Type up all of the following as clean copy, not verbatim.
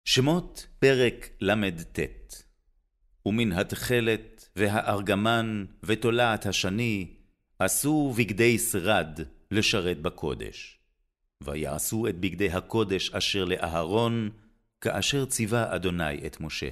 שמות פרק למ"ט. ומן התכלת והארגמן ותולעת השני עשו בגדי שרד לשרת בקודש. ויעשו את בגדי הקודש אשר לאהרון, כאשר ציווה אדוני את משה.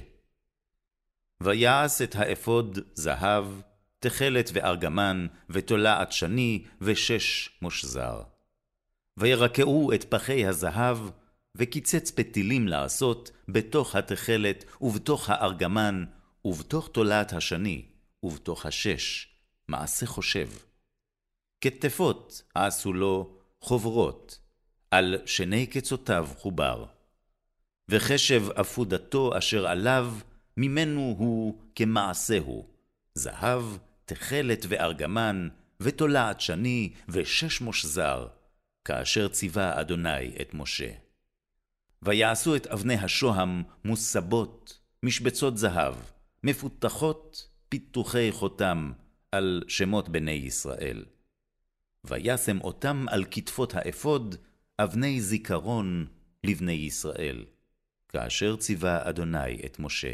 ויעש את האפוד זהב, תכלת וארגמן ותולעת שני ושש מושזר. וירקעו את פחי הזהב, וקיצץ פתילים לעשות בתוך התכלת ובתוך הארגמן ובתוך תולעת השני ובתוך השש, מעשה חושב. כתפות עשו לו חוברות, על שני קצותיו חובר. וחשב אפודתו אשר עליו, ממנו הוא כמעשהו, זהב, תכלת וארגמן ותולעת שני ושש מושזר, כאשר ציווה אדוני את משה. ויעשו את אבני השוהם מוסבות, משבצות זהב, מפותחות פיתוחי חותם על שמות בני ישראל. וישם אותם על כתפות האפוד, אבני זיכרון לבני ישראל, כאשר ציווה אדוני את משה.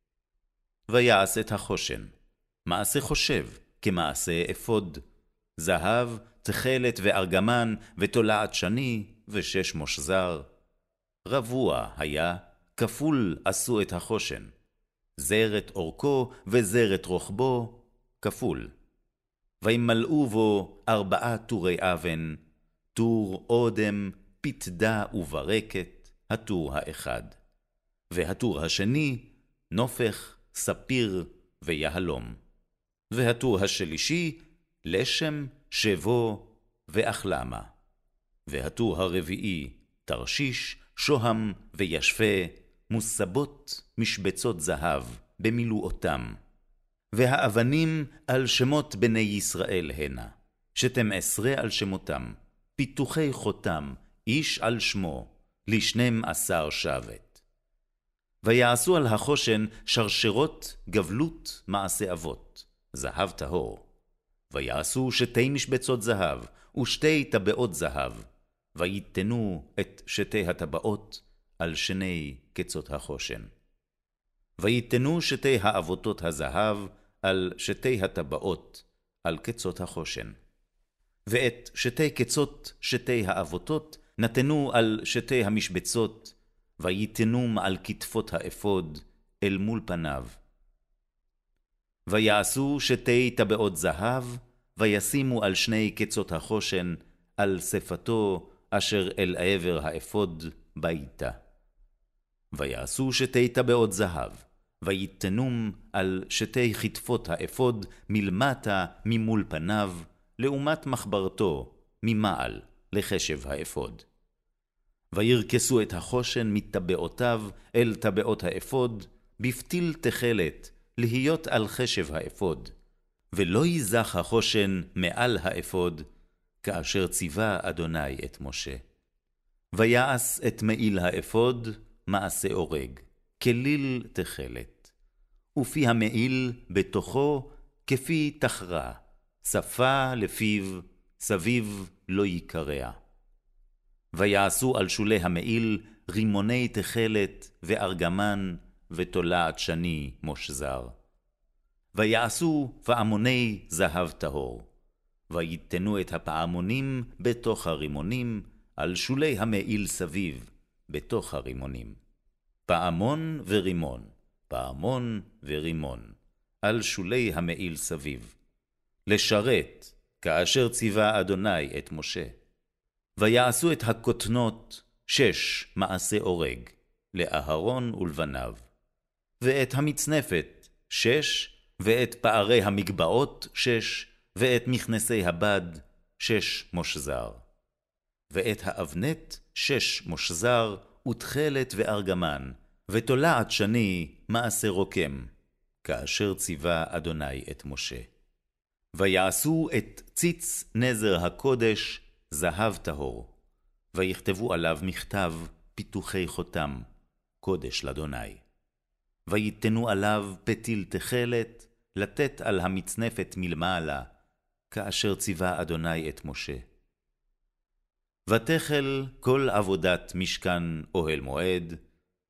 ויעש את החושן, מעשה חושב כמעשה אפוד, זהב, תכלת וארגמן ותולעת שני ושש מושזר. רבוע היה, כפול עשו את החושן, זרת אורכו וזרת רוחבו, כפול. וימלאו בו 4 טורי אבן, טור אודם, פתדה וברקת, הטור האחד. והטור השני, נופך, ספיר ויהלום. והטור השלישי, לשם, שבו ואחלמה. והטור הרביעי, תרשיש, שוהם וישפה, מוסבות משבצות זהב במילואותם. והאבנים על שמות בני ישראל הנה, 12 על שמותם, פיתוחי חותם, איש על שמו, ל12 שבט. ויעשו על החושן שרשרות גבלות מעשה אבות, זהב טהור. ויעשו 2 משבצות זהב ו2 טבעות זהב, ויתנו את 2 הטבעות על 2 קצות החושן. ויתנו 2 האבותות הזהב על 2 הטבעות על קצות החושן. ואת 2 קצות 2 האבותות נתנו על 2 המשבצות, ויתנום על כתפות האפוד אל מול פניו. ויעשו 2 טבעות זהב, וישימו על 2 קצות החושן על שפתו אשר אל עבר האפוד ביתה. ויעשו 2 טבעות זהב, ויתנום על 2 כתפות האפוד מלמטה ממול פניו, לעומת מחברתו ממעל לחשב האפוד. וירכסו את החושן מטבעותיו אל טבעות האפוד, בפתיל תכלת להיות על חשב האפוד, ולא ייזך החושן מעל האפוד, כאשר ציווה אדוני את משה. ויעש את מעיל האפוד מעשה אורג, כליל תכלת, ופי המעיל בתוכו כפי תחרה, שפה לפיו, סביב לא יקרע. ויעשו על שולי המעיל רימוני תכלת וארגמן ותולעת שני מושזר. ויעשו פעמוני זהב טהור. ויתנו את הפעמונים בתוך הרימונים, על שולי המעיל סביב, בתוך הרימונים. פעמון ורימון, פעמון ורימון, על שולי המעיל סביב. לשרת, כאשר ציווה אדוני את משה. ויעשו את הכותנות 6 מעשה אורג, לאהרון ולבניו. ואת המצנפת 6, ואת פערי המגבעות 6, ואת מכנסי הבד 6 מושזר. ואת האבנת 6 מושזר, ותכלת וארגמן, ותולעת שני מעשה רוקם, כאשר ציווה אדוני את משה. ויעשו את ציץ נזר הקודש זהב טהור, ויכתבו עליו מכתב פיתוחי חותם, קודש לאדוני. ויתנו עליו פתיל תכלת, לתת על המצנפת מלמעלה, כאשר ציווה אדוני את משה. ותחל כל עבודת משכן אוהל מועד,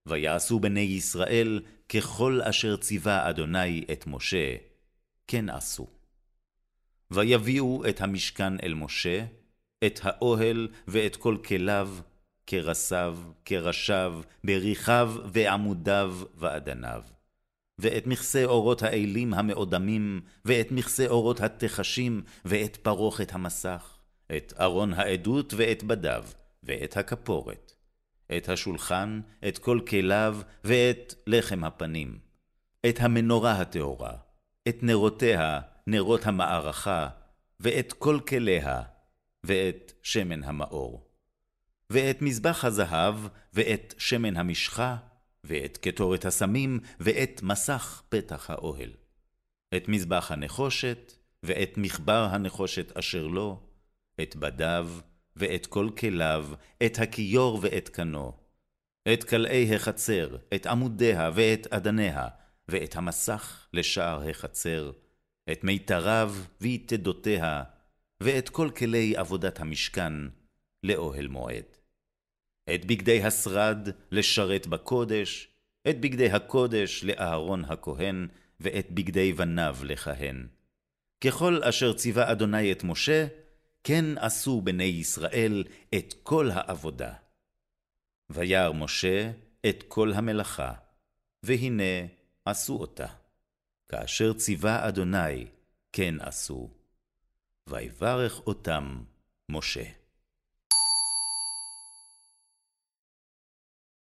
ויעשו בני ישראל ככל אשר ציווה אדוני את משה, כן עשו. ויביאו את המשכן אל משה, את האוהל ואת כל כליו, כרסיו, כראשיו, בריחיו ועמודיו ואדניו. ואת מכסה אורות האלים המאודמים, ואת מכסה אורות התחשים, ואת פרוכת המסך, את ארון העדות ואת בדיו, ואת הכפורת, את השולחן, את כל כליו, ואת לחם הפנים, את המנורה הטהורה, את נרותיה, נרות המערכה, ואת כל כליה, ואת שמן המאור, ואת מזבח הזהב, ואת שמן המשחה, ואת קטורת הסמים, ואת מסך פתח האוהל, את מזבח הנחושת, ואת מחבר הנחושת אשר לו, את בדיו, ואת כל כליו, את הכיור ואת קנו, את כלאי החצר, את עמודיה ואת אדניה, ואת המסך לשער החצר, את מיתריו ויתדותיה, ואת כל כלי עבודת המשכן לאוהל מועד. את בגדי השרד לשרת בקודש, את בגדי הקודש לאהרון הכהן, ואת בגדי בניו לכהן. ככל אשר ציווה אדוני את משה, כן עשו בני ישראל את כל העבודה. וירא משה את כל המלאכה, והנה עשו אותה. כאשר ציווה אדוני, כן עשו. ויברך אותם משה.